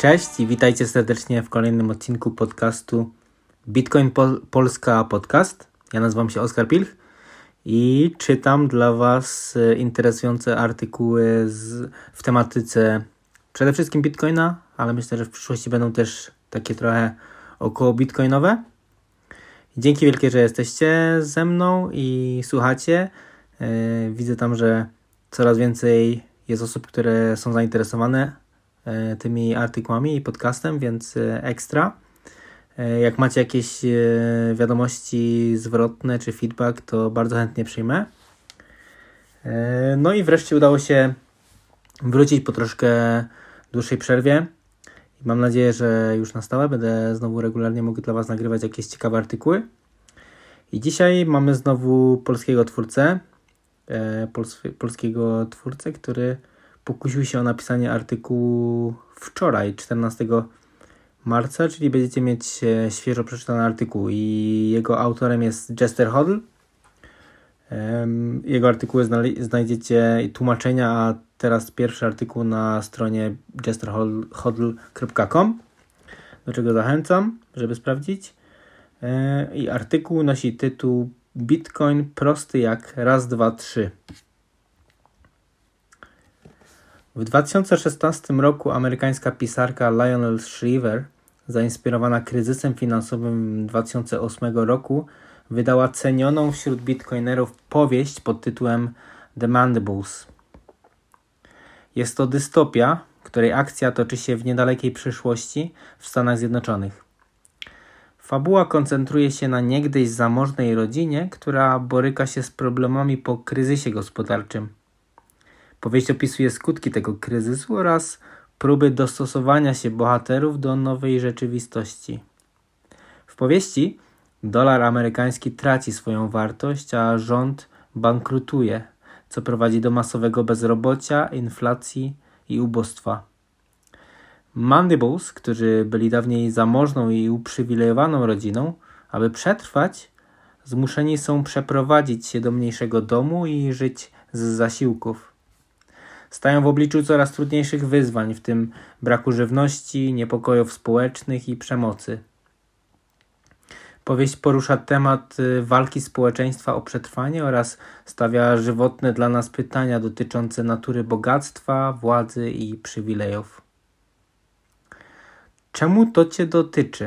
Cześć i witajcie serdecznie w kolejnym odcinku podcastu Bitcoin Polska Podcast. Ja nazywam się Oskar Pilch i czytam dla Was interesujące artykuły w tematyce przede wszystkim Bitcoina, ale myślę, że w przyszłości będą też takie trochę około bitcoinowe. Dzięki wielkie, że jesteście ze mną i słuchacie. Widzę tam, że coraz więcej jest osób, które są zainteresowane tymi artykułami i podcastem, więc ekstra. Jak macie jakieś wiadomości zwrotne czy feedback, to bardzo chętnie przyjmę. No i wreszcie udało się wrócić po troszkę dłuższej przerwie. Mam nadzieję, że już na stałe będę znowu regularnie mógł dla Was nagrywać jakieś ciekawe artykuły. I dzisiaj mamy znowu polskiego twórcę, który pokusił się o napisanie artykułu wczoraj, 14 marca, czyli będziecie mieć świeżo przeczytany artykuł i jego autorem jest Jester Hodl. Jego artykuły znajdziecie i tłumaczenia, a teraz pierwszy artykuł na stronie jesterhodl.com, do czego zachęcam, żeby sprawdzić. I artykuł nosi tytuł Bitcoin prosty jak raz, dwa, trzy. W 2016 roku amerykańska pisarka Lionel Shriver, zainspirowana kryzysem finansowym 2008 roku, wydała cenioną wśród bitcoinerów powieść pod tytułem The Mandibles. Jest to dystopia, której akcja toczy się w niedalekiej przyszłości w Stanach Zjednoczonych. Fabuła koncentruje się na niegdyś zamożnej rodzinie, która boryka się z problemami po kryzysie gospodarczym. Powieść opisuje skutki tego kryzysu oraz próby dostosowania się bohaterów do nowej rzeczywistości. W powieści dolar amerykański traci swoją wartość, a rząd bankrutuje, co prowadzi do masowego bezrobocia, inflacji i ubóstwa. Mandibles, którzy byli dawniej zamożną i uprzywilejowaną rodziną, aby przetrwać, zmuszeni są przeprowadzić się do mniejszego domu i żyć z zasiłków. Stają w obliczu coraz trudniejszych wyzwań, w tym braku żywności, niepokojów społecznych i przemocy. Powieść porusza temat walki społeczeństwa o przetrwanie oraz stawia żywotne dla nas pytania dotyczące natury bogactwa, władzy i przywilejów. Czemu to Cię dotyczy?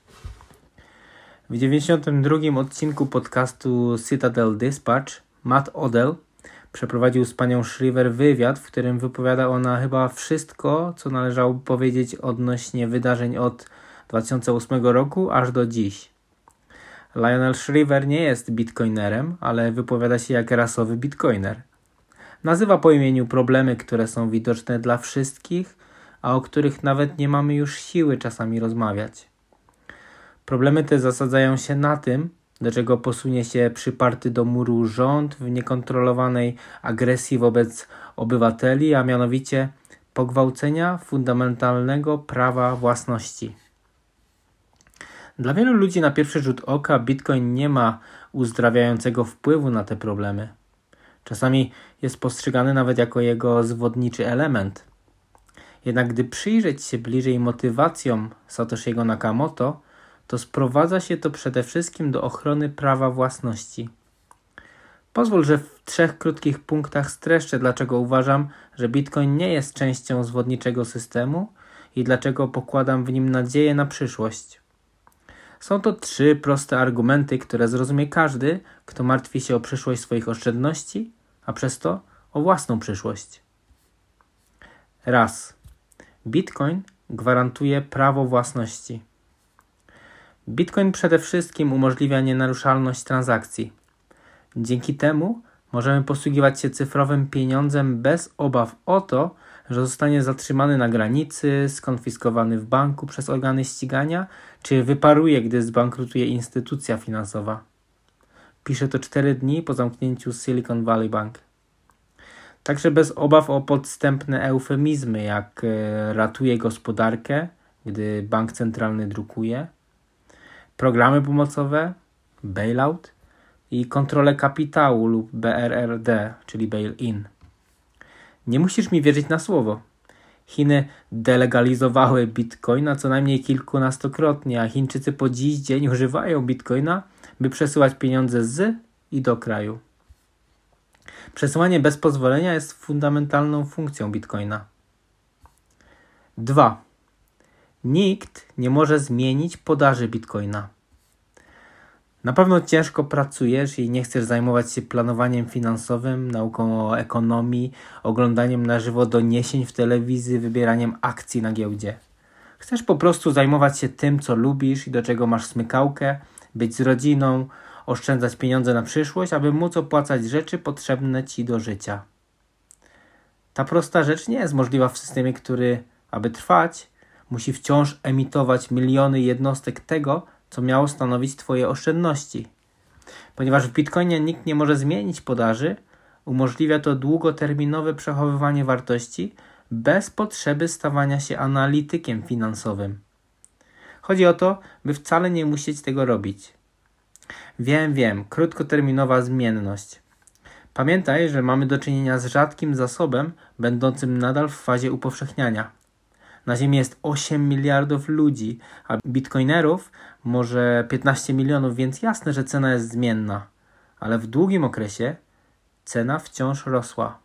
W 92. odcinku podcastu Citadel Dispatch Matt Odell przeprowadził z panią Shriver wywiad, w którym wypowiada ona chyba wszystko, co należałoby powiedzieć odnośnie wydarzeń od 2008 roku aż do dziś. Lionel Shriver nie jest bitcoinerem, ale wypowiada się jak rasowy bitcoiner. Nazywa po imieniu problemy, które są widoczne dla wszystkich, a o których nawet nie mamy już siły czasami rozmawiać. Problemy te zasadzają się na tym, do czego posunie się przyparty do muru rząd w niekontrolowanej agresji wobec obywateli, a mianowicie pogwałcenia fundamentalnego prawa własności. Dla wielu ludzi na pierwszy rzut oka Bitcoin nie ma uzdrawiającego wpływu na te problemy. Czasami jest postrzegany nawet jako jego zwodniczy element. Jednak gdy przyjrzeć się bliżej motywacjom Satoshiego Nakamoto, to sprowadza się to przede wszystkim do ochrony prawa własności. Pozwól, że w 3 krótkich punktach streszczę, dlaczego uważam, że Bitcoin nie jest częścią zwodniczego systemu i dlaczego pokładam w nim nadzieję na przyszłość. Są to 3 proste argumenty, które zrozumie każdy, kto martwi się o przyszłość swoich oszczędności, a przez to o własną przyszłość. Raz. Bitcoin gwarantuje prawo własności. Bitcoin przede wszystkim umożliwia nienaruszalność transakcji. Dzięki temu możemy posługiwać się cyfrowym pieniądzem bez obaw o to, że zostanie zatrzymany na granicy, skonfiskowany w banku przez organy ścigania, czy wyparuje, gdy zbankrutuje instytucja finansowa. Pisze to 4 dni po zamknięciu Silicon Valley Bank. Także bez obaw o podstępne eufemizmy, jak ratuje gospodarkę, gdy bank centralny drukuje, programy pomocowe, bailout i kontrolę kapitału lub BRRD, czyli bail-in. Nie musisz mi wierzyć na słowo. Chiny delegalizowały bitcoina co najmniej kilkunastokrotnie, a Chińczycy po dziś dzień używają bitcoina, by przesyłać pieniądze z i do kraju. Przesyłanie bez pozwolenia jest fundamentalną funkcją bitcoina. 2. Nikt nie może zmienić podaży bitcoina. Na pewno ciężko pracujesz i nie chcesz zajmować się planowaniem finansowym, nauką o ekonomii, oglądaniem na żywo doniesień w telewizji, wybieraniem akcji na giełdzie. Chcesz po prostu zajmować się tym, co lubisz i do czego masz smykałkę, być z rodziną, oszczędzać pieniądze na przyszłość, aby móc opłacać rzeczy potrzebne Ci do życia. Ta prosta rzecz nie jest możliwa w systemie, który, aby trwać, musi wciąż emitować miliony jednostek tego, co miało stanowić Twoje oszczędności. Ponieważ w Bitcoinie nikt nie może zmienić podaży, umożliwia to długoterminowe przechowywanie wartości bez potrzeby stawania się analitykiem finansowym. Chodzi o to, by wcale nie musieć tego robić. Wiem, krótkoterminowa zmienność. Pamiętaj, że mamy do czynienia z rzadkim zasobem, będącym nadal w fazie upowszechniania. Na Ziemi jest 8 miliardów ludzi, a bitcoinerów może 15 milionów, więc jasne, że cena jest zmienna. Ale w długim okresie cena wciąż rosła.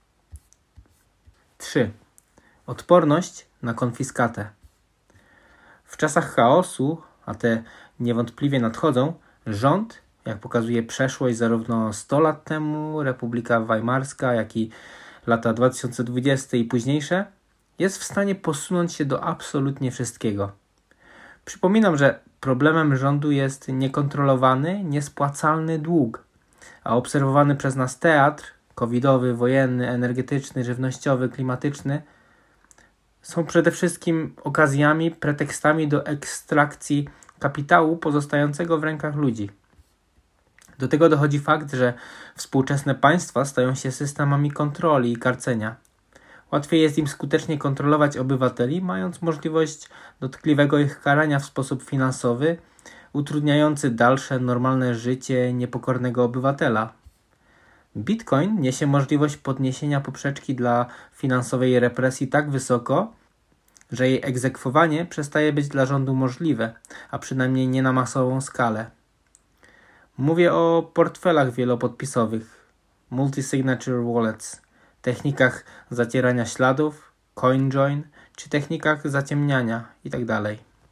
3. Odporność na konfiskatę. W czasach chaosu, a te niewątpliwie nadchodzą, rząd, jak pokazuje przeszłość zarówno 100 lat temu, Republika Weimarska, jak i lata 2020 i późniejsze, jest w stanie posunąć się do absolutnie wszystkiego. Przypominam, że problemem rządu jest niekontrolowany, niespłacalny dług, a obserwowany przez nas teatr covidowy, wojenny, energetyczny, żywnościowy, klimatyczny są przede wszystkim okazjami, pretekstami do ekstrakcji kapitału pozostającego w rękach ludzi. Do tego dochodzi fakt, że współczesne państwa stają się systemami kontroli i karcenia. Łatwiej jest im skutecznie kontrolować obywateli, mając możliwość dotkliwego ich karania w sposób finansowy, utrudniający dalsze, normalne życie niepokornego obywatela. Bitcoin niesie możliwość podniesienia poprzeczki dla finansowej represji tak wysoko, że jej egzekwowanie przestaje być dla rządu możliwe, a przynajmniej nie na masową skalę. Mówię o portfelach wielopodpisowych, multi-signature wallets, technikach zacierania śladów, CoinJoin czy technikach zaciemniania itd.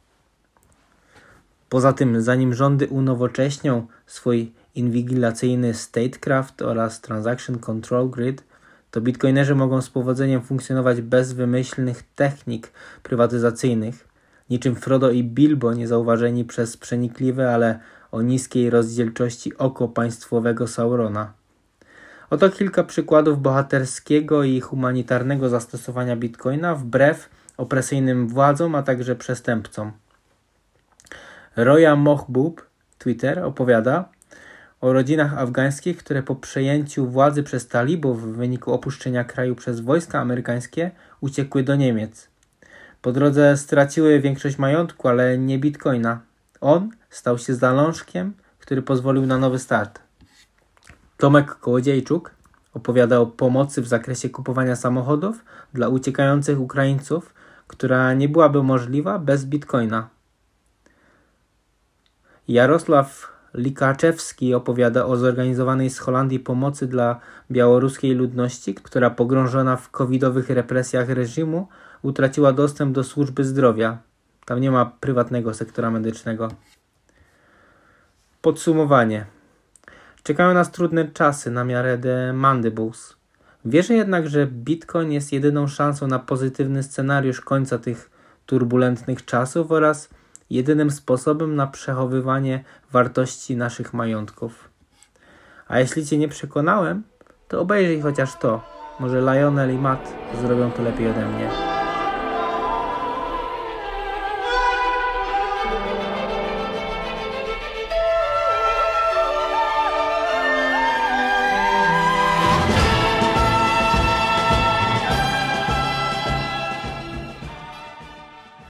Poza tym, zanim rządy unowocześnią swój inwigilacyjny statecraft oraz transaction control grid, to bitcoinerzy mogą z powodzeniem funkcjonować bez wymyślnych technik prywatyzacyjnych, niczym Frodo i Bilbo niezauważeni przez przenikliwe, ale o niskiej rozdzielczości oko państwowego Saurona. Oto kilka przykładów bohaterskiego i humanitarnego zastosowania bitcoina wbrew opresyjnym władzom, a także przestępcom. Roya Mohbub, Twitter, opowiada o rodzinach afgańskich, które po przejęciu władzy przez talibów w wyniku opuszczenia kraju przez wojska amerykańskie uciekły do Niemiec. Po drodze straciły większość majątku, ale nie bitcoina. On stał się zalążkiem, który pozwolił na nowy start. Tomek Kołodziejczuk opowiada o pomocy w zakresie kupowania samochodów dla uciekających Ukraińców, która nie byłaby możliwa bez bitcoina. Jarosław Likaczewski opowiada o zorganizowanej z Holandii pomocy dla białoruskiej ludności, która pogrążona w covidowych represjach reżimu utraciła dostęp do służby zdrowia. Tam nie ma prywatnego sektora medycznego. Podsumowanie. Czekają nas trudne czasy na miarę The Mandibles. Wierzę jednak, że Bitcoin jest jedyną szansą na pozytywny scenariusz końca tych turbulentnych czasów oraz jedynym sposobem na przechowywanie wartości naszych majątków. A jeśli Cię nie przekonałem, to obejrzyj chociaż to. Może Lionel i Matt zrobią to lepiej ode mnie.